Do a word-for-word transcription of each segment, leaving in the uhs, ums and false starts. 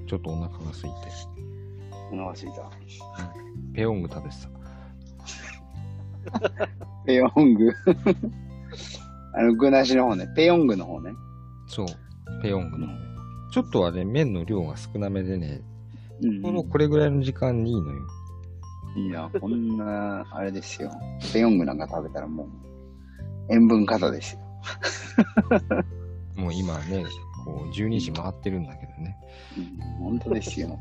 ちょっとお腹が空いて。 お腹空いた。 うん。ペヨング食べてた。ペヨングあの、具なしの方ね。ペヨングの方ね。 そう。ペヨングの方ね。ちょっとはね、麺の量が少なめでね、 うん、 ちょうどこれぐらいの時間にいいのよ。 いいな、こんな、あれですよ。ペヨングなんか食べたらもう、塩分過多ですよ。 もう今ね、こう、じゅうにじ回ってるんだけどね。 うん、本当ですよ。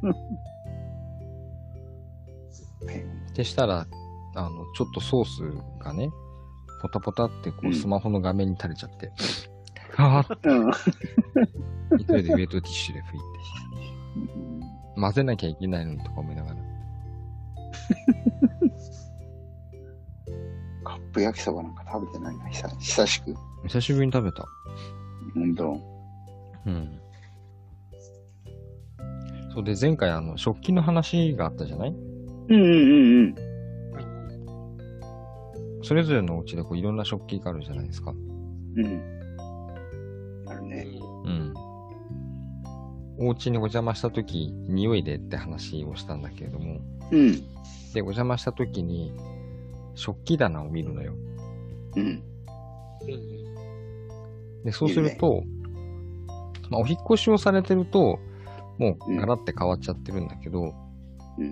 でしたら、あの、ちょっとソースがね、ポタポタってこう、スマホの画面に垂れちゃって、はぁ、うん、急いでウェットティッシュで拭いて、うん、混ぜなきゃいけないのにとか思いながら。 カップ焼きそばなんか食べてないな、久久しく。 久しぶりに食べた。 ほんと。 うん。そうで、前回あの、食器の話があったじゃない？ うんうんうんうん。 それぞれのお家でこういろんな食器があるじゃないですか。 うん。あるね。 うん。お家にお邪魔したとき、匂いでって話をしたんだけれども。 うん。 で、お邪魔したときに、食器棚を見るのよ。 うん。 で、そうすると、ね、まあ、お引っ越しをされてると、もうガラって変わっちゃってるんだけど、 うん。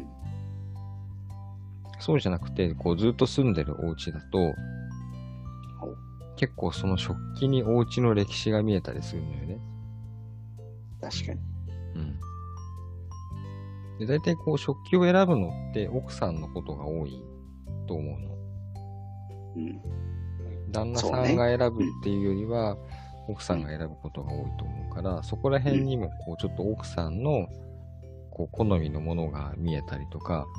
そうじゃなくて、こうずっと住んでるお家だと、結構その食器にお家の歴史が見えたりするのよね。 確かに。 うん。で、大体こう食器を選ぶのって奥さんのことが多いと思うの。 うん。 旦那さんが選ぶっていうよりは、ね、うん、奥さんが選ぶことが多いと思うから、そこら辺にもこうちょっと奥さんのこう好みのものが見えたりとか、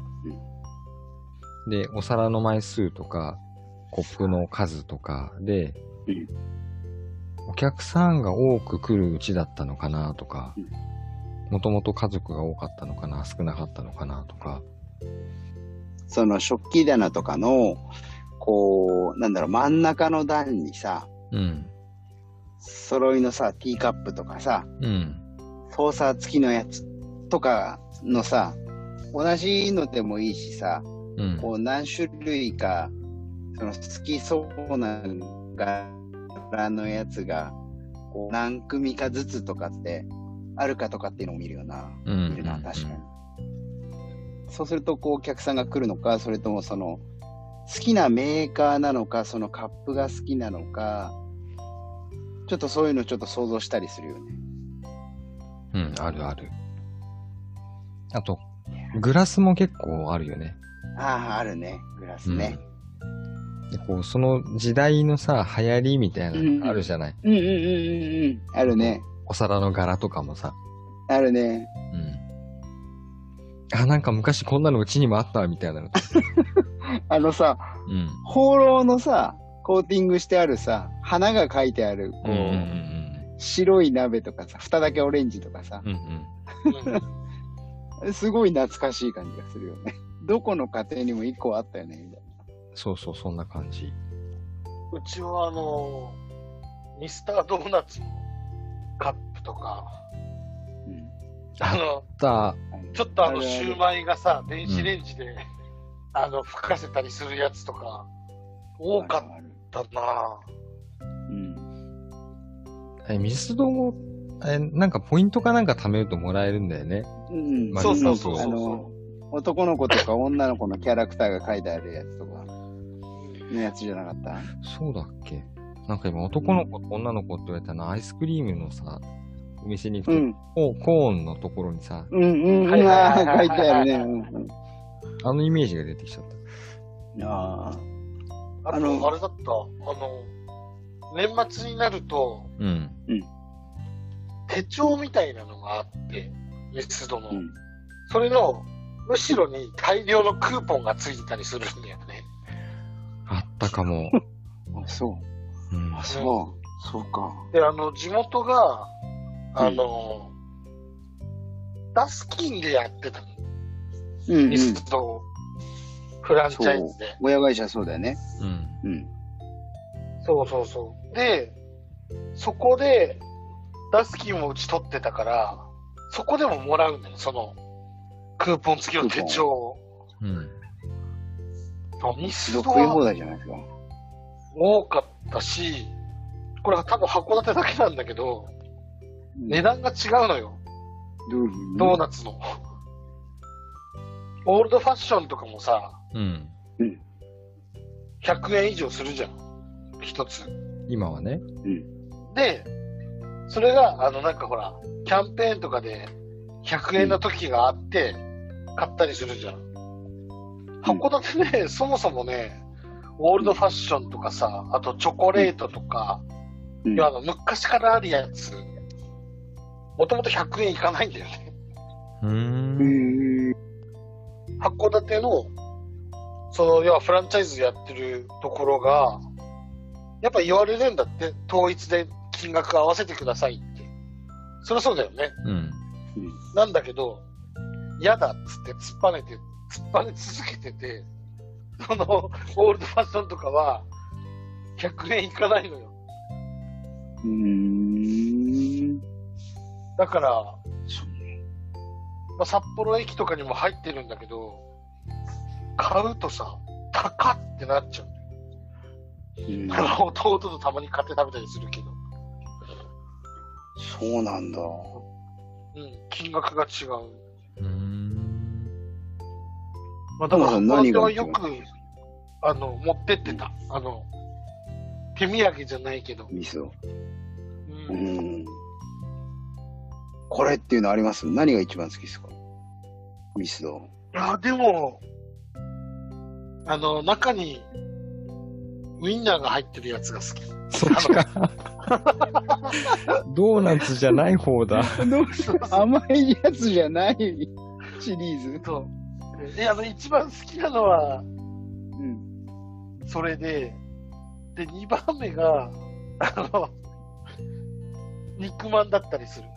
うん、で、お皿の枚数とか、コップの数とかで、うん、お客さんが多く来るうちだったのかなとか、もともと家族が多かったのかな、少なかったのかなとか。 その食器棚とかの、こう、なんだろう、真ん中の段にさ、 うん。 揃いのさ、ティーカップとかさ、 うん。 ソーサー付きのやつとかのさ、同じのでもいいしさ、うん、こう何種類か、その好きそうな柄のやつが、こう何組かずつとかってあるかとかっていうのを見るよな。うん、見るな、確かに。そうすると、こうお客さんが来るのか、それともその、好きなメーカーなのか、そのカップが好きなのか、ちょっとそういうのちょっと想像したりするよね。 うん、あるある。あと、グラスも結構あるよね。 ああ、あるね。グラスね。 うん、でこうその時代のさ、流行りみたいなのがあるじゃない。 うんうんうんうんうん。あるね。 お皿の柄とかもさ。 あるね。 うん。あ、なんか昔こんなのうちにもあったみたいなの。 あのさ、うん、放浪のさ、コーティングしてあるさ、花が描いてある、こう、うんうんうん、白い鍋とかさ、蓋だけオレンジとかさ、うんうん、すごい懐かしい感じがするよね。どこの家庭にも一個あったよね、みたいな。 そうそう、そんな感じ。 うちはあの、ミスタードーナツのカップとか、うん、あの、あちょっとあの、シューマイがさ、電子レンジで、うん、あの、吹かせたりするやつとか、多かったなぁ。 うん。え、ミスドも、え、なんかポイントかなんか貯めるともらえるんだよね。 うん、そうそうそうそう。あの、男の子とか女の子のキャラクターが書いてあるやつとか、のやつじゃなかった？ そうだっけ？なんか今男の子と女の子って言われたの、アイスクリームのさ、お店に行くと、うん、コーンのところにさ、 うんうん、はいはいはい、書いてあるね。うんうん、 あのイメージが出てきちゃった。 ああ。あの、あれだった。あの、年末になると、うん、手帳みたいなのがあって、ミスドの、うん。それの、後ろに大量のクーポンがついてたりするんだよね。 あったかも。 あ、そう。うん、あ、そう。そうか。 で、あの、地元が、あの、うん、ダスキンでやってたの。うん、うん。ミスドフランチャイズで。 親会社そうだよね。 うん。うん。 そうそうそう。で、そこで、ダスキンもうち取ってたから、 そこでももらうんだよ、その、クーポン付きの手帳を。うん。ミスド食い放題じゃないですか。 多かったし、これは多分函館だけなんだけど、うん、値段が違うのよ。 どういうふうに？ ドーナツの。オールドファッションとかもさ、うん。ひゃくえん以上するじゃん。一つ。 今はね。 うん。で、それが、あの、なんかほら、キャンペーンとかでひゃくえんの時があって、買ったりするじゃん。うん、函館ね、そもそもね、オールドファッションとかさ、あとチョコレートとか、うん、あの昔からあるやつ、もともとひゃくえんいかないんだよね。うーん。函館の、その、要はフランチャイズやってるところが、やっぱ言われるんだって、統一で金額合わせてくださいって。そりゃそうだよね。うん。なんだけど、嫌だっつって突っぱねて、突っぱね続けてて、その、オールドファッションとかは、ひゃくえんいかないのよ。うーん。だから、まあ、札幌駅とかにも入ってるんだけど、買うとさ、高っってなっちゃうんだよ。うん、弟とたまに買って食べたりするけど。 そうなんだ。 うん、金額が違う。うーん。まあ、だから、何がよく、あの、持ってってた。あの、手土産じゃないけど。 味噌。うん。うん。これっていうのあります？何が一番好きですか？ミスド。 あ、でも、あの、中に、ウインナーが入ってるやつが好き。 そっちか。ドーナツじゃない方だ。 甘いやつじゃないシリーズ。 そう。え、あの、一番好きなのは、うん。それで、で、二番目が、あの、肉まんだったりする。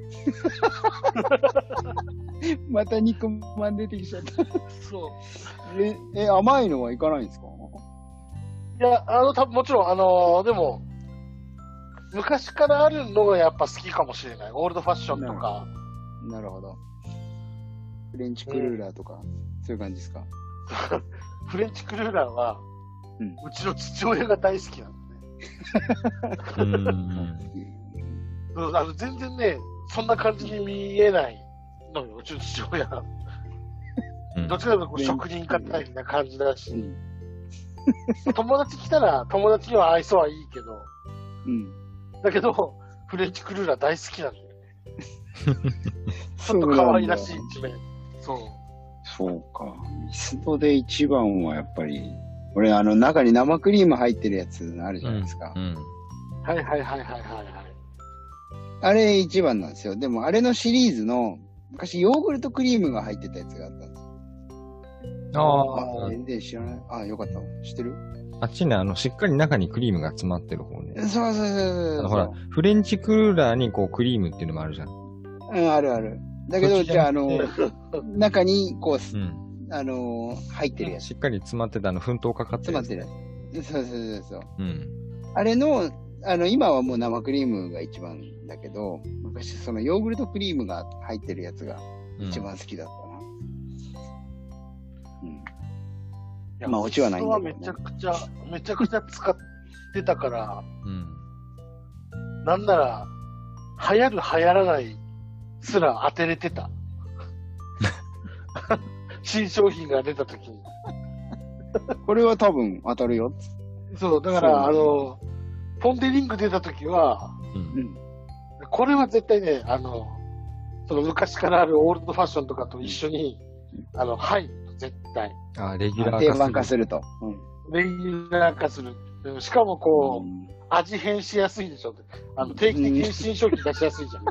また肉まん出てきちゃった。 そう。 え、え、甘いのはいかないんですか？ いや、あの、たもちろん、あのー、でも、昔からあるのがやっぱ好きかもしれない。オールドファッションとか。 なるほど。フレンチクルーラーとか、うん、そういう感じですか？ フレンチクルーラーは、うん、うちの父親が大好きなんだね。うん。あの全然ね、そんな感じに見えないのよ、うちの父親。うん、どっちかというと職人家的な感じだし、うん、友達来たら友達には愛想はいいけど、うん、だけど、フレンチクルーラー大好きなんだよね。ちょっと可愛らしい一面。そう。 そうか。ミスドで一番はやっぱり、俺あの中に生クリーム入ってるやつあるじゃないですか。うんうん、 はいはいはいはいはい。 あれ一番なんですよ。でもあれのシリーズの、昔ヨーグルトクリームが入ってたやつがあったんですよ。ああ。全然知らない。ああ、よかった。知ってる？ あっちね、あの、しっかり中にクリームが詰まってる方ね。 そうそうそうそう。 ほら、フレンチクルーラーにこうクリームっていうのもあるじゃん。 うん、あるある。だけど、じゃあ、あの、中にこう、うん、あの、入ってるやつ。 しっかり詰まってた、あの、粉糖かかってるやつ。 詰まってるやつ。そうそうそうそう。うん。あれの、あの、今はもう生クリームが一番だけど、昔そのヨーグルトクリームが入ってるやつが一番好きだったな。うん。うん、まあ、オチはないんだけど、ね。 めちゃくちゃ、めちゃくちゃ使ってたから、うん。なんなら、流行る流行らないすら当てれてた。新商品が出た時に。 これは多分当たるよ。 そう、だから、あの、ポンデリング出た時は、うん、これは絶対ね、あの、その昔からあるオールドファッションとかと一緒に、あの、入ると絶対。 あ、レギュラー化する。定番化すると。 うん、レギュラー化する。しかもこう、うん、味変しやすいでしょ。あの、定期的に新商品出しやすいじゃん。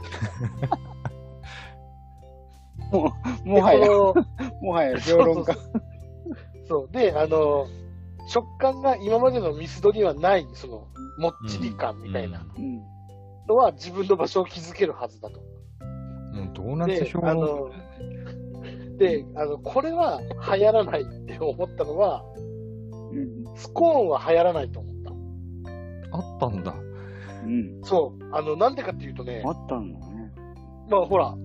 もう、もはや、もはや評論家。 そう。で、あの、食感が今までのミスドにはない、その、もっちり感みたいなのは自分の場所を築けるはずだと。 うん、ドーナツ評論家。で、あの、これは流行らないって思ったのは、うん、スコーンは流行らないと思った。 あったんだ。 うん。そう。あの、なんでかっていうとね。 あったんだね。 まあほら、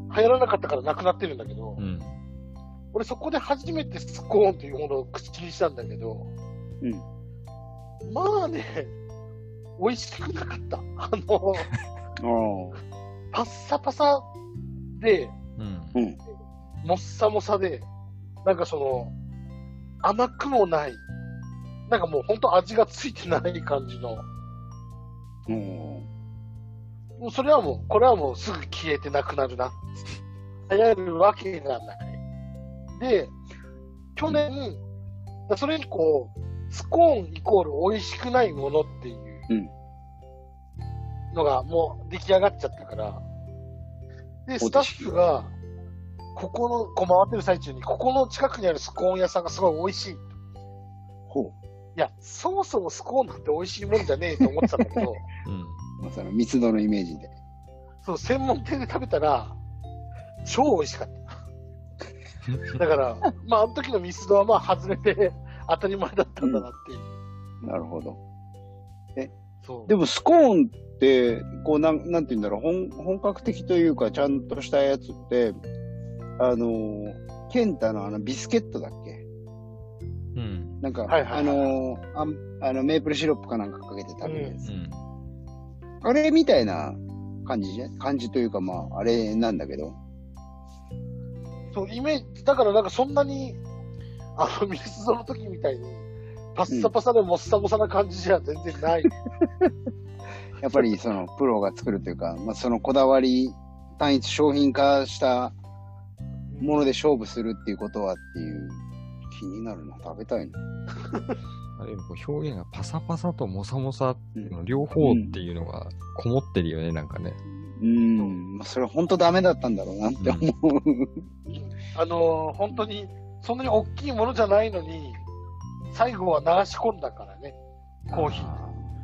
流行らなかったからなくなってるんだけど、 うん、 俺そこで初めてスコーンっていうものを口にしたんだけど、 うん、 まあね、美味しくなかった。あの、パッサパサで、 うん、 もっさもさで、なんかその、甘くもない、なんかもうほんと味がついてない感じの、 うん、 もうそれはもう、これはもうすぐ消えてなくなるな。流行るわけがない。で、去年、それ以降、スコーンイコール美味しくないものっていうのがもう出来上がっちゃったから、で、スタッフが、ここの、こう回ってる最中に、ここの近くにあるスコーン屋さんがすごい美味しい。 ほう。 いや、そもそもスコーンなんて美味しいもんじゃねえと思ってたんだけど、 うん。 まあ、その密度のイメージで。 そう、専門店で食べたら、超美味しかった。だから、まあ、あの時のミスドはまあ外れて当たり前だったんだなっていう。 うん、なるほど。え、 そう。 でもスコーンって、こう、なん、なんて言うんだろう、本、本格的というか、ちゃんとしたやつって、あの、ケンタのあの、ビスケットだっけ？ うん。 なんか、 はいはいはい、 あのあ、あの、メープルシロップかなんかかけて食べるやつ。 うん。 あれみたいな感じじゃ、感じというか、まあ、あれなんだけど。 そう、イメージ、だからなんかそんなに、あの、ミスドの時みたいに、パッサパサでもっさもさな感じじゃ全然ない。うん、 やっぱりその、プロが作るというか、まあ、そのこだわり、単一商品化したもので勝負するっていうことはっていう気になるな。食べたいな。 あれ、表現がパサパサとモサモサの両方っていうのがこもってるよね、うん、なんかね。 うん。まあ、それ本当ダメだったんだろうなって思う。うん、 あのー、本当に、そんなに大きいものじゃないのに、最後は流し込んだからね、コーヒー。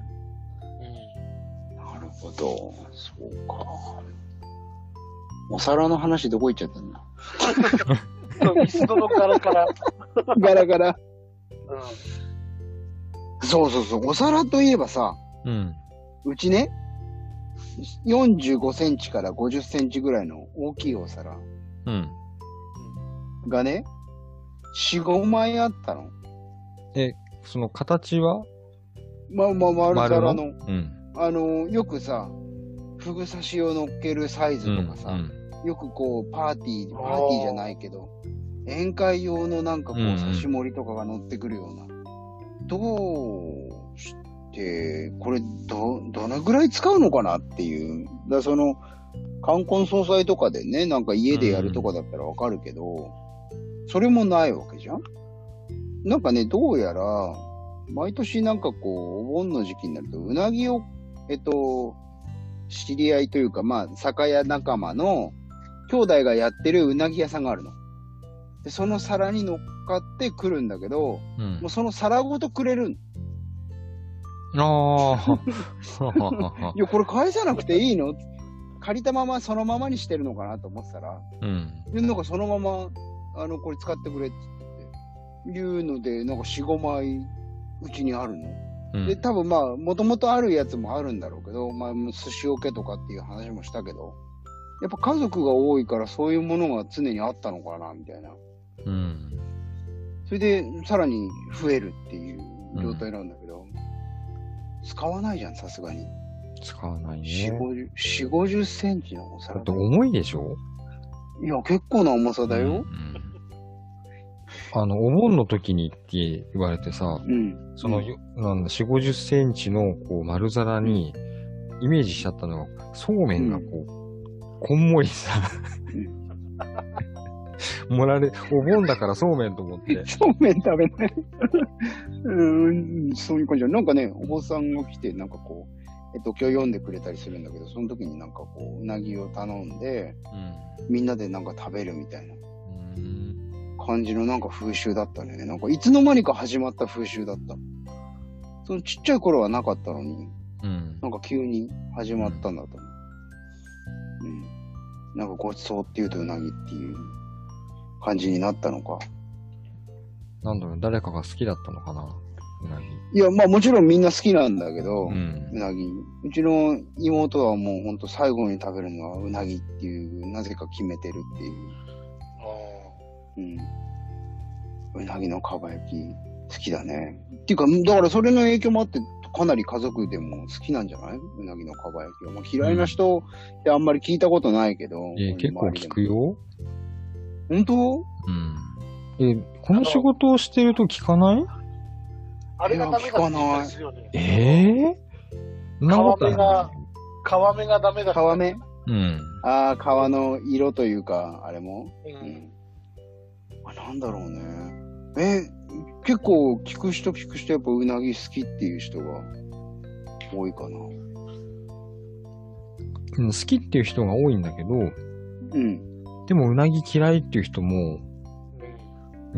うん、なるほど。そうか。お皿の話どこ行っちゃったんだミスドのガラガラ。 ガラガラ。 うん。 そうそうそう。お皿といえばさ、 うん。 うちね、よんじゅうごセンチからごじゅっセンチぐらいの大きいお皿。 うん。 がね、よん、ごまいあったの。 え、その形はまあまあ、丸皿の。 うん。 あの、よくさ、ふぐ刺しを乗っけるサイズとかさ、うんうん、よくこう、パーティー、パーティーじゃないけど、宴会用のなんかこう、刺し盛りとかが乗ってくるような。うんうん、どうして、これ、ど、どのぐらい使うのかなっていう。だからその、冠婚葬祭とかでね、なんか家でやるとかだったらわかるけど、うん、それもないわけじゃん？なんかね、どうやら、毎年なんかこう、お盆の時期になると、うなぎを、えっと、知り合いというか、まあ、酒屋仲間の兄弟がやってるうなぎ屋さんがあるの。で、その皿に乗っかってくるんだけど、うん、もうその皿ごとくれるの。ああ。いや、これ返さなくていいの？借りたままそのままにしてるのかなと思ってたら、うん。で、なんかそのまま、あの、これ使ってくれって言って、いうので、なんかよん、ごまいうちにあるの。うん、で、多分まあ、もともとあるやつもあるんだろうけど、まあ、寿司桶とかっていう話もしたけど、やっぱ家族が多いからそういうものが常にあったのかな、みたいな。 うん。 それで、さらに増えるっていう状態なんだけど、うん、使わないじゃん、さすがに。 使わないね。 よん、ごじゅっセンチのお皿。 だって重いでしょ？ いや、結構な重さだよ。うんうん、 あの、お盆の時にって言われてさ、うん、その、うん、なんだ、よん、ごじゅっセンチのこう丸皿にイメージしちゃったのが、そうめんがこう、うん、こんもりさ、うん、盛られ、お盆だからそうめんと思って。 そうめん食べない。うん、そういう感じだ。なんかね、お坊さんが来て、なんかこう、えっと、今日読んでくれたりするんだけど、その時になんかこう、うなぎを頼んで、うん、みんなでなんか食べるみたいな感じのなんか風習だったね。なんかいつの間にか始まった風習だった。そのちっちゃい頃はなかったのに、うん、なんか急に始まったんだと思う。うん。うん、なんかごちそうっていうとうなぎっていう感じになったのか。 なんだろう、誰かが好きだったのかな。 うなぎ。 いや、まあもちろんみんな好きなんだけど、うん、うなぎ。うちの妹はもうほんと最後に食べるのはうなぎっていう、なぜか決めてるっていう。うん。うなぎのかば焼き好きだね。っていうか、だからそれの影響もあって、かなり家族でも好きなんじゃない？うなぎのかば焼きは。まあ、嫌いな人ってあんまり聞いたことないけど。 うん、え、結構聞くよ。 本当？ うん。え、この仕事をしてると聞かない？ あれがダメだったんですよね。 えぇ、ー、 皮目が、皮目がダメだった。 皮目？ うん。 ああ、皮の色というか、あれも？うん。うん、あ、なんだろうね。え、結構聞く人聞く人やっぱうなぎ好きっていう人が多いかな。 うん、好きっていう人が多いんだけど、 うん。 でもうなぎ嫌いっていう人も、うん、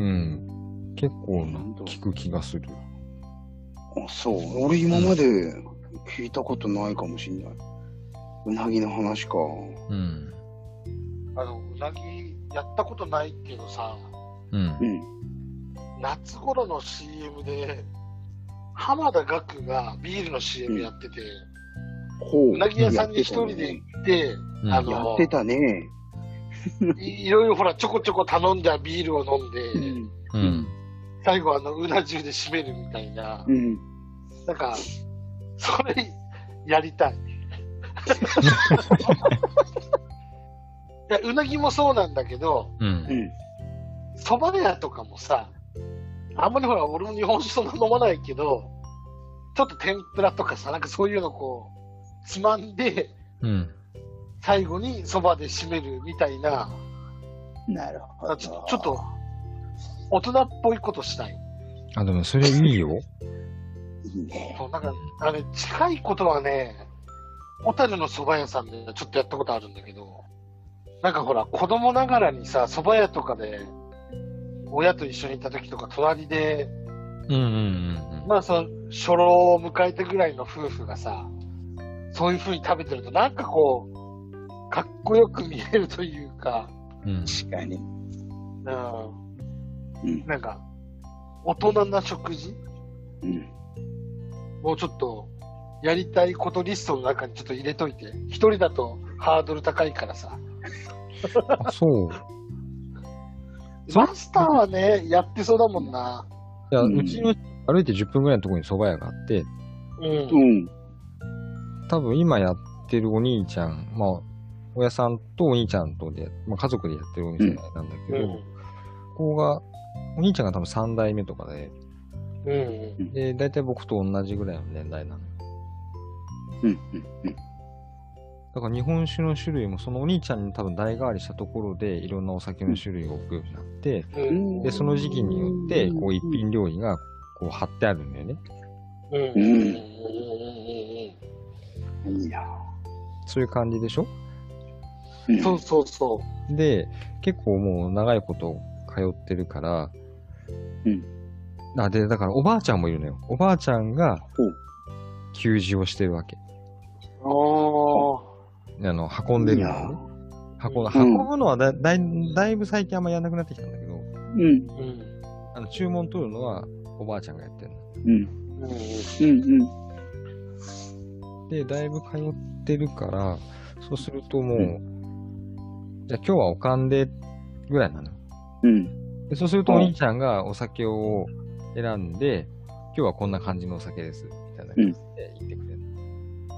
結構聞く気がする。 あ、そう。俺今まで聞いたことないかもしんない。うなぎの話か。 うん。 あの、うなぎやったことないけどさ、 うん。うん。 夏頃の シーエム で、浜田岳がビールの シーエム やってて、うん、うなぎ屋さんに一人で行って、 うん、あの、やってたね。 い, いろいろほら、ちょこちょこ頼んだビールを飲んで、 うんうん、 最後あの、うな重で締めるみたいな、 うん、 なんか、それ、やりたい。いや、うなぎもそうなんだけど、 うん、 蕎麦屋とかもさ、あんまりほら、俺も日本酒そんな飲まないけど、ちょっと天ぷらとかさ、なんかそういうのこう、つまんで、 うん、 最後に蕎麦で締めるみたいな、 なるほど。 ちょ、ちょっと、大人っぽいことしたい。 あ、でもそれいいよ。 いいね。 そう、なんか、あれ、近いことはね、小樽の蕎麦屋さんでちょっとやったことあるんだけど、なんかほら、子供ながらにさ、蕎麦屋とかで、親と一緒にいた時とか、隣で、 うんうんうんうん、 まあその、初老を迎えてぐらいの夫婦がさ、そういう風に食べてると、なんかこう、かっこよく見えるというか、 うん、 確かに。 うんうん、 なんか、大人な食事、 うん、 もうちょっと、やりたいことリストの中にちょっと入れといて。一人だとハードル高いからさ。 あ、そう。 マスターはね、やってそうだもんな。 いや、うん、うちの歩いてじゅっぷんぐらいのところに蕎麦屋があって、 うん。 多分今やってるお兄ちゃん、まあ、親さんとお兄ちゃんとで、まあ家族でやってるお店なんだけど、うん、ここが、お兄ちゃんが多分さん代目とかで、 うん、 で、大体僕と同じぐらいの年代なの。 うんうんうん。 だから日本酒の種類もそのお兄ちゃんに多分代替わりしたところでいろんなお酒の種類を置くようになって、うん、で、その時期によってこう一品料理がこう貼ってあるんだよね。 うん。うん。 いいな。 そういう感じでしょ？ うん、そうそうそう。 で、結構もう長いこと通ってるから、 うん。 あ、で、だからおばあちゃんもいるのよ。おばあちゃんが給仕をしてるわけ。 ああ。 あの、運んでるのね。運ぶ、運ぶのはだ、だい、だいぶ最近あんまやんなくなってきたんだけど、 うん。 あの、注文取るのはおばあちゃんがやってるの。 うん。うんうん。で、だいぶ通ってるから、そうするともう、うん、じゃあ今日はおかんで、ぐらいなの。 うん。 でそうするとお兄ちゃんがお酒を選んで、今日はこんな感じのお酒です、みたいな感じで言ってくれる。 うん。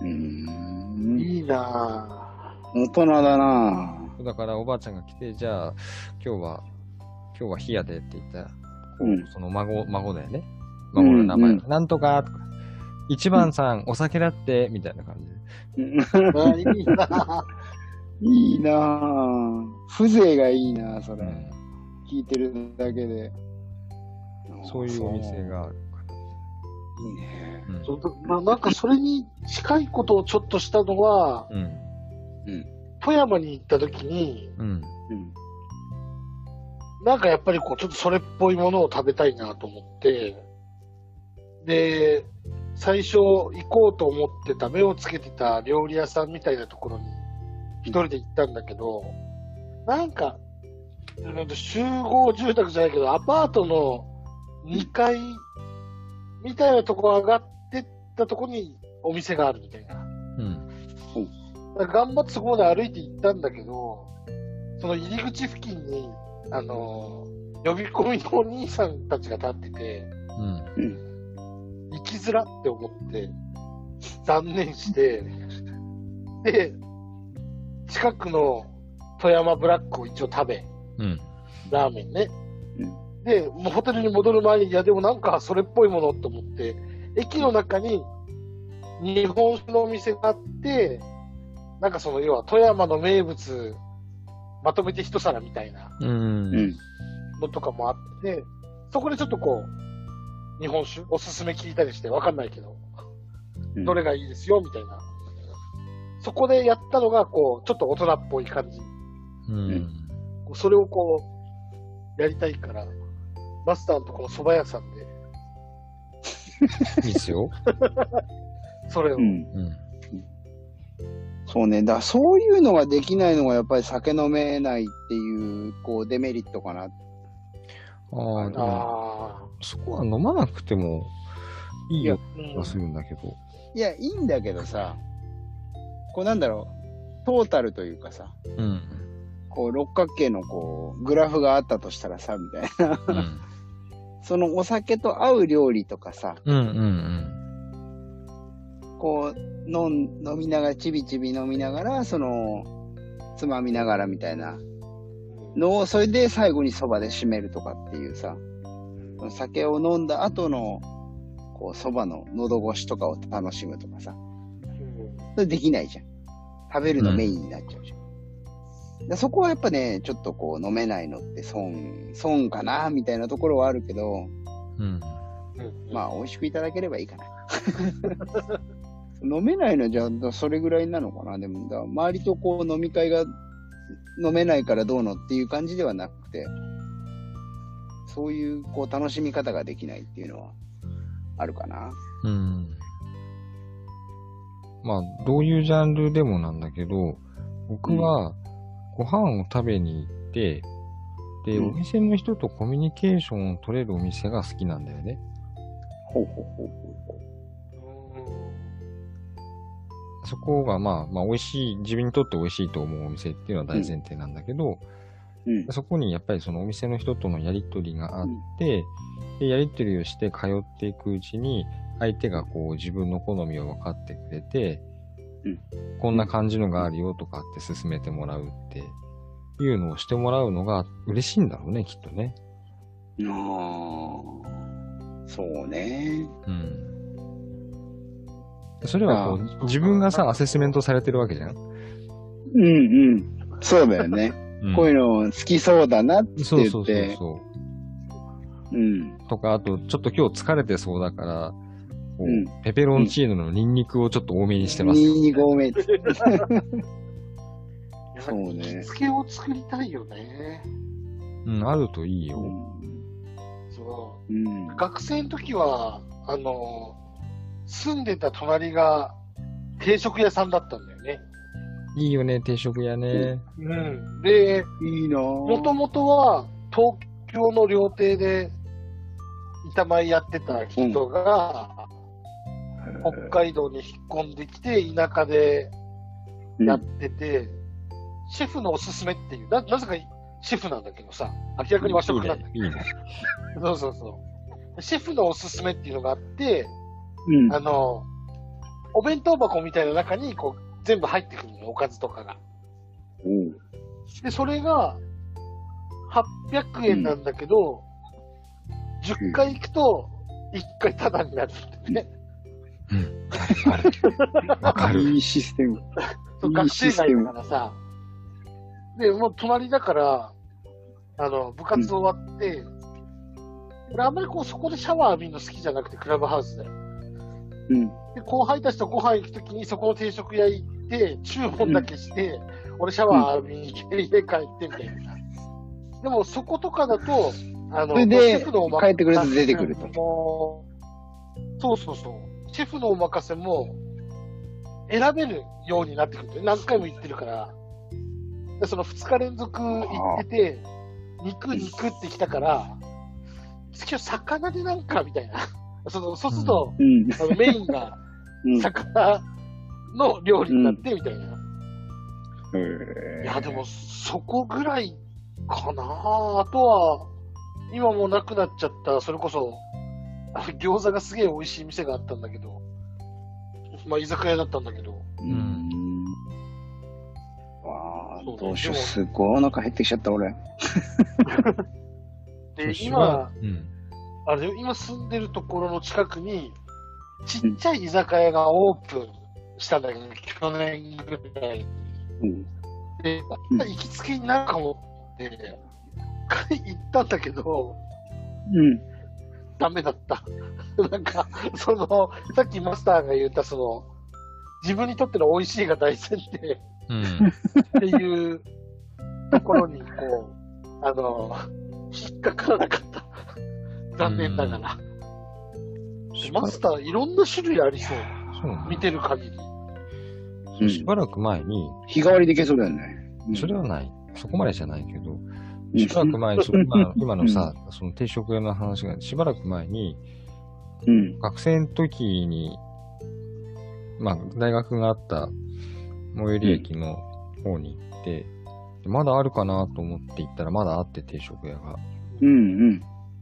いいなぁ。大人だなぁ。だからおばあちゃんが来て、じゃあ今日は、今日は冷やでって言ったら、 うん、 その孫、孫だよね。孫の名前、うんうん、なんとかとか、一番さん、うん、お酒だって、みたいな感じで。 いいなぁ。 いいなぁ。風情がいいなぁ、それ。うん、聞いてるだけで。 そういうお店がある。 いいね。 うん、そうまあ、なんかそれに近いことをちょっとしたのは、 うんうん、 富山に行った時に、 うんうん、 なんかやっぱりこうちょっとそれっぽいものを食べたいなと思って、で、最初行こうと思ってた目をつけてた料理屋さんみたいなところに一人で行ったんだけど、なんか、集合住宅じゃないけど、アパートのにかいみたいなとこ上がってったとこにお店があるみたいな。うん。だから頑張ってそこまで歩いて行ったんだけど、その入り口付近に、あのー、呼び込みのお兄さんたちが立ってて、うん。行きづらって思って、断念して、で、近くの富山ブラックを一応食べ、うん、ラーメンね。で、もうホテルに戻る前に、いやでもなんかそれっぽいものと思って、駅の中に日本酒のお店があって、なんかその要は富山の名物まとめて一皿みたいなのとかもあって、そこでちょっとこう、日本酒おすすめ聞いたりしてわかんないけど、どれがいいですよみたいな。そこでやったのがこう、ちょっと大人っぽい感じ。うん、それをこう、やりたいから、マスターのとこの蕎麦屋さんで。 いいっすよ。 それを、うんうん。 そうね。だそういうのができないのがやっぱり酒飲めないっていう、こう、デメリットかな。ああ、でもそこは飲まなくてもいいよ気がするんだけど。 いや、いいんだけどさ、こうなんだろう、トータルというかさ、うん、こう六角形のこう、グラフがあったとしたらさ、みたいな。うんそのお酒と合う料理とかさ、うんうんうん、こう飲ん、飲みながら、ちびちび飲みながら、その、つまみながらみたいなのを、それで最後にそばで締めるとかっていうさ、酒を飲んだ後の、こう、そばの喉越しとかを楽しむとかさ、それできないじゃん。食べるのメインになっちゃうじゃん。でそこはやっぱね、ちょっとこう飲めないのって損、損かなみたいなところはあるけど、うん、まあ美味しくいただければいいかな。飲めないのはじゃあそれぐらいなのかな。でもだ周りとこう飲み会が飲めないからどうのっていう感じではなくて、そういうこう楽しみ方ができないっていうのはあるかな。うん。 まあどういうジャンルでもなんだけど、僕は、うんご飯を食べに行って、で、うん、お店の人とコミュニケーションを取れるお店が好きなんだよね。ほうほうほうほう。そこがまあ、まあ美味しい、自分にとって美味しいと思うお店っていうのは大前提なんだけど、うん、そこにやっぱりそのお店の人とのやりとりがあって、うん、でやりとりをして通っていくうちに、相手がこう自分の好みを分かってくれて、うん、こんな感じのがあるよとかって勧めてもらうっていうのをしてもらうのが嬉しいんだろうね、きっとね。 ああ、そうね。うん。 それはこう自分がさ、アセスメントされてるわけじゃん。 うんうん。そうだよね。うん、こういうの好きそうだなって言って。そうそうそうそう。うん。 とか、あと、ちょっと今日疲れてそうだから、うん、ペペロンチーノのニンニクをちょっと多めにしてます、 ね。ニンニク多め。 そうね。行きつけを作りたいよね。 うん、あるといいよ。うん、 そう、うん。学生の時は、あの、住んでた隣が定食屋さんだったんだよね。 いいよね、定食屋ね。 うん。うん、で、 いいなぁ。 もともとは東京の料亭で板前やってた人が、うん北海道に引っ込んできて、田舎でやってて、うん、シェフのおすすめっていう、な、なぜかシェフなんだけどさ、明らかに和食なんだけど。いいね。いいねそうそうそう。シェフのおすすめっていうのがあって、うん、あの、お弁当箱みたいな中にこう全部入ってくるの、おかずとかが。うん、で、それがはっぴゃくえんなんだけど、うん、じゅっかい行くといっかいタダになるってね。 うん。ある。わかる。 いいシステム。 そう、学生街だからさ。で、もう隣だから、あの、部活終わって、うん、俺あんまりこう、そこでシャワー浴びるの好きじゃなくて、クラブハウスで。うん。で、後輩たちとご飯行くときに、そこの定食屋行って、注文だけして、うん、俺シャワー浴びに行って、家帰ってみたいな。でも、そことかだと、あの、 それで、帰ってくると出てくると。 そうそうそう。シェフのお任せも選べるようになってくるんだよ。何回も言ってるから。でそのふつか連続行ってて、肉肉ってきたから、今日魚でなんかみたいな。 そのそうすると、うん、あのメインが魚の料理になってみたいな。うん、いや、でもそこぐらいかな。あとは、今もうなくなっちゃった、それこそ、餃子がすげえ美味しい店があったんだけど、まあ居酒屋だったんだけど。うん。 わあ、どうしよう、すごいお腹減ってきちゃった、俺。 で、今、うん、あれ、今住んでるところの近くに、ちっちゃい居酒屋がオープンしたんだけど、うん、去年ぐらいに。うん、で、行きつけになるかもって、行ったんだけど、うん。ダメだった。なんか、その、さっきマスターが言った、その、自分にとっての美味しいが大前提、うん、っていうところに、こう、あの、引っかからなかった。残念ながら。マスター、いろんな種類ありそう。そうね、見てる限り。 うん、しばらく前に。 日替わりでいけそうだよね。 うん、それはない。そこまでじゃないけど、しばらく前に、今, 今のさ、その定食屋の話が、しばらく前に、うん、学生の時に、まあ、大学があった最寄り駅の方に行って、うん、まだあるかなと思って行ったら、まだあって定食屋が。うんうん。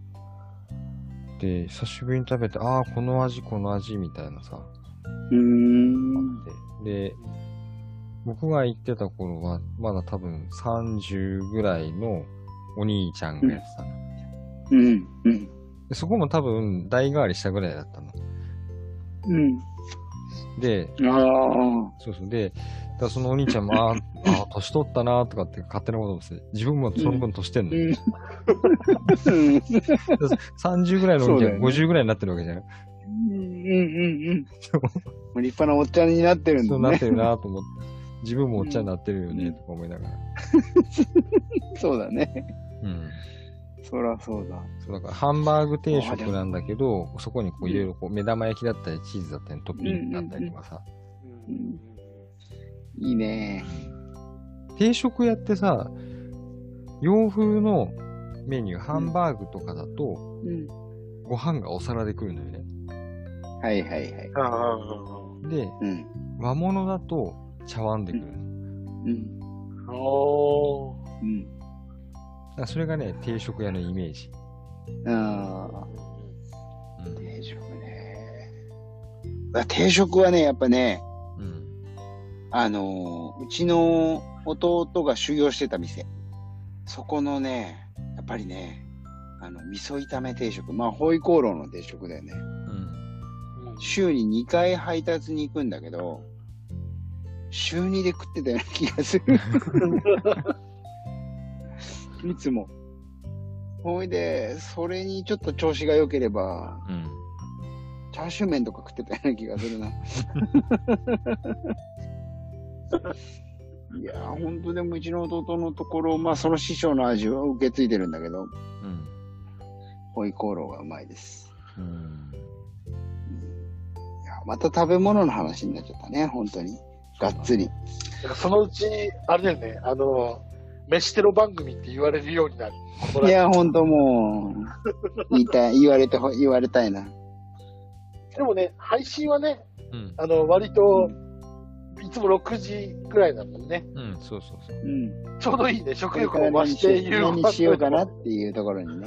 で、久しぶりに食べて、ああ、この味、この味、みたいなさ。うーん。あって。で、僕が行ってた頃は、まだ多分さんじゅうぐらいのお兄ちゃんがやってたの。うん。うん。でそこも多分代替わりしたぐらいだったの。うん。で、ああ。そうそう。で、だそのお兄ちゃんも、ああ、年取ったなとかって勝手なことをして、自分もその分年してんの。うん、さんじゅうぐらいのお兄ちゃん、ね、ごじゅうぐらいになってるわけじゃない。うんうんうんうん。立派なおっちゃんになってるんだね。 そうなってるなと思って。自分もおっちゃんになってるよね、うん、とか思いながら。 そうだね。うん。そらそうだ。 そうだからハンバーグ定食なんだけど、そこにこういろいろこう目玉焼きだったりチーズだったりトッピングだったりとかさ。 うんうんうん、いいね。 定食屋ってさ、洋風のメニュー、ハンバーグとかだと、うん、ご飯がお皿で来るのよね。 はいはいはい。 で、うん、和物だと茶碗で来るの。うん。おー。うん。だそれがね、定食屋のイメージ。ああ、うん。定食ね。定食はね、やっぱね、うん、あのー、うちの弟が修行してた店。そこのね、やっぱりね、あの、味噌炒め定食。まあ、ホイコーローの定食だよね。うん。週ににかい配達に行くんだけど、週にで食ってたような気がする。いつも。ほいで、それにちょっと調子が良ければ、うん、チャーシュー麺とか食ってたような気がするな。いやー、ほんとでもうちの弟のところ、まあその師匠の味を受け継いでるんだけど、うん、ホイコーローがうまいです。うん、いやまた食べ物の話になっちゃったね、本当に。がっつり。 そのうち、あれだよね、あの、飯テロ番組って言われるようになる。 いや、ほんともう、言いたい、言われて、言われたいな。 でもね、配信はね、うん、あの、割と、いつもろくじくらいだもんね。 うん、そうそうそう。うん、ちょうどいいね、食欲を増して言う。 何しようかなっていうところにね。うん。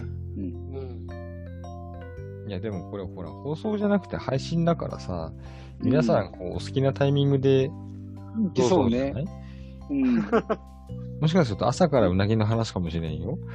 うん、いや、でもこれほら、放送じゃなくて配信だからさ、皆さん、こう、お好きなタイミングで、 どうぞそうね。うん。 もしかすると朝からうなぎの話かもしれんよ。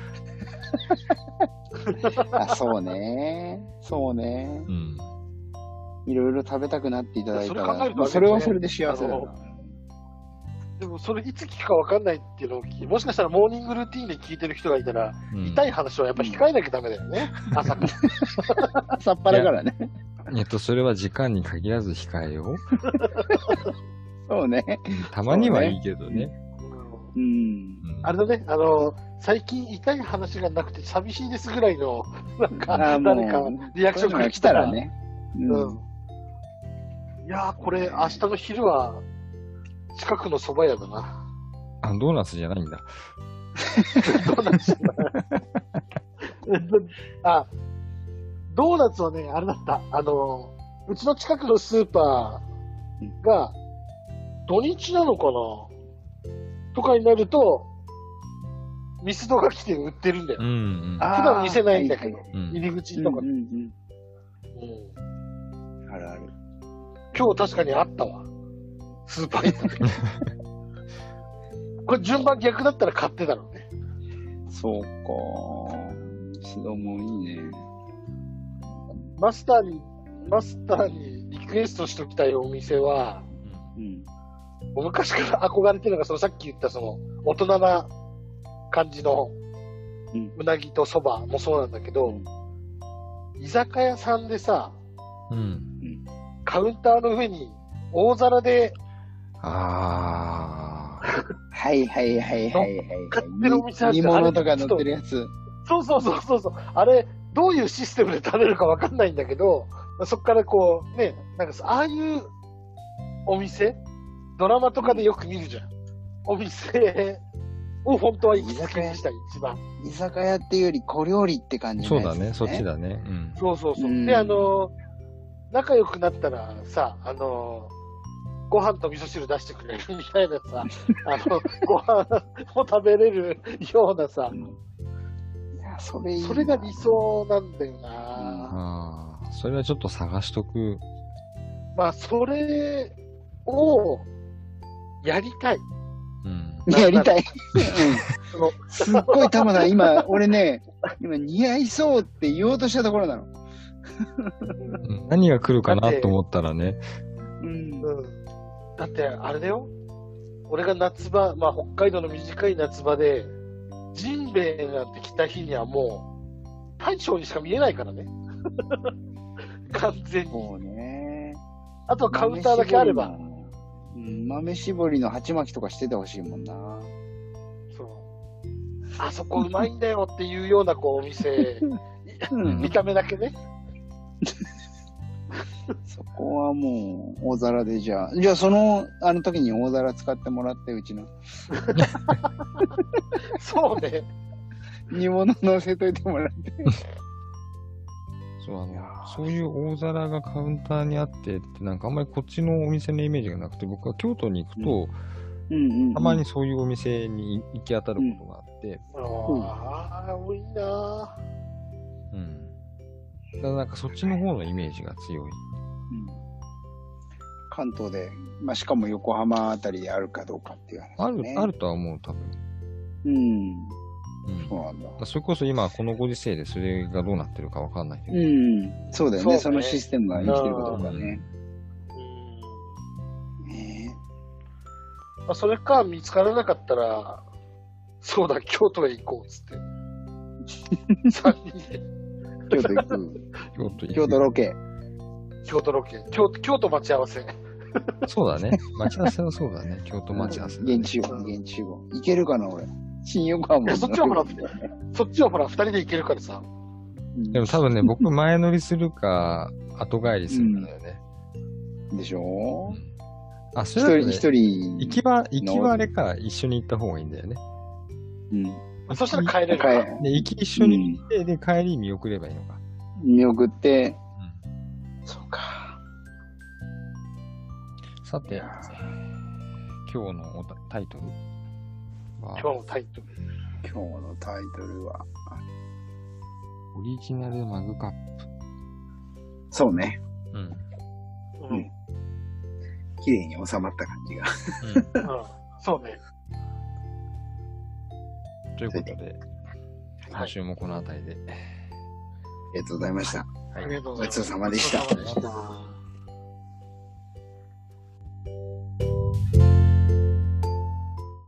あ、そうね。そうね。うん。いろいろ食べたくなっていただいたら、それ考えると、ね、まあ、それはそれで幸せだな。 でもそれいつ聞くか分かんないっていうのをもしかしたらモーニングルーティーンで聞いてる人がいたら、うん、痛い話はやっぱり控えなきゃダメだよね。うん、朝から。 朝っぱらからね。 えっと、それは時間に限らず控えよう。 そうね。 たまにはいいけどね。 うん。うん、あれだね、あの、最近痛い話がなくて寂しいですぐらいの、なんか、誰かリアクションが来たらね。うん。うん、いやー、これ、明日の昼は、近くの蕎麦屋だな。 あ、ドーナツじゃないんだ。 ドーナツじゃない。あ、 ドーナツはね、あれだった。あの、うちの近くのスーパーが、土日なのかなとかになると、ミスドが来て売ってるんだよ。うんうん、普段見せないんだけど、入り口とか、うんうんうん。あるある。 今日確かにあったわ。スーパー行った時。これ順番逆だったら買ってたのね。 そうか。ミスドもいいね。 マスターに、マスターにリクエストしときたいお店は、うん、昔から憧れてるのが、そのさっき言ったその大人な感じのうなぎとそばもそうなんだけど、うん、居酒屋さんでさ、うん、カウンターの上に大皿で、 ああ。はいはいはいはいはい。 買ってるお店あるじゃん。 煮物とか乗ってるやつ。 そうそうそうそうそう。あれ、どういうシステムで食べるかわかんないんだけど、そっからこう、ね、なんかああいうお店ドラマとかでよく見るじゃん。お店を本当は行きつけにしたい、一番。 居酒屋っていうより小料理って感じ、ね、 そうだね、そっちだね。 うん、そうそうそう。うん、で、あの、仲良くなったらさ、あの、ご飯と味噌汁出してくれるみたいなさ、あの、ご飯も食べれるようなさ、うん、いや、それいいな。それが理想なんだよな、うん、 ああ、それはちょっと探しとく。 まあ、それをやりたい。 うん、やりたい。すっごい玉田、今、俺ね、今似合いそうって言おうとしたところなの。 何が来るかなと思ったらね。 うん。だって、あれだよ。俺が夏場、まあ北海道の短い夏場で、ジンベエなんて来た日にはもう、大将にしか見えないからね。完全に。そうね。あとはカウンターだけあれば。 うん、豆絞りの鉢巻きとかしててほしいもんな。 そう。あそこうまいんだよっていうようなこうお店、うん、見た目だけね。 そこはもう大皿でじゃあ、じゃあそのあの時に大皿使ってもらってうちの。 そうね。 煮物乗せといてもらって。 そうあのそういう大皿がカウンターにあってってなんかあんまりこっちのお店のイメージがなくて、僕は京都に行くと、うんうんうん、たまにそういうお店に行き当たることがあって、 うん、ああ多いな。 うん。だからなんかそっちの方のイメージが強い。うん、 関東で、まあ、しかも横浜あたりであるかどうかっていう話、ね、 あるあるとは思う多分。 うん。うん、そうなんだ。 それこそ今このご時世でそれがどうなってるかわかんないけど。 うん。そうだよね。そ, ねそのシステムが生きてるかどうかね。 うん。ねえ。まあ、それか見つからなかったら、そうだ、京都へ行こうっつって。さんにんで。 京都行く。 京都行く。 京都ロケ。 京都ロケ。京都、京都待ち合わせ。 そうだね。待ち合わせはそうだね。京都待ち合わせ、ね。 現地集合、現地集合。行けるかな、俺。新横浜。 いや、そっちはほら、そっちはほら、二人で行けるからさ。 でも多分ね、僕前乗りするか、後帰りするんだよね。 うん、でしょ、うん、 あ、それだとね、 一人、 行き場、行き場あれか、一緒に行った方がいいんだよね。 うん。そしたら帰れるか。 で、行き一緒に行って、うん、で、帰り見送ればいいのか。 見送って、うん、そうか。 さて、今日のタイトル今日のタイトル。 今日のタイトルは、 オリジナルマグカップ。 そうね。 うん。 うん。綺麗に収まった感じが。うん。うん、そうね。 ということで、今週もこのあたりで、はい。 ありがとうございました。 はい。ありがとうございました。ごちそうさまでした。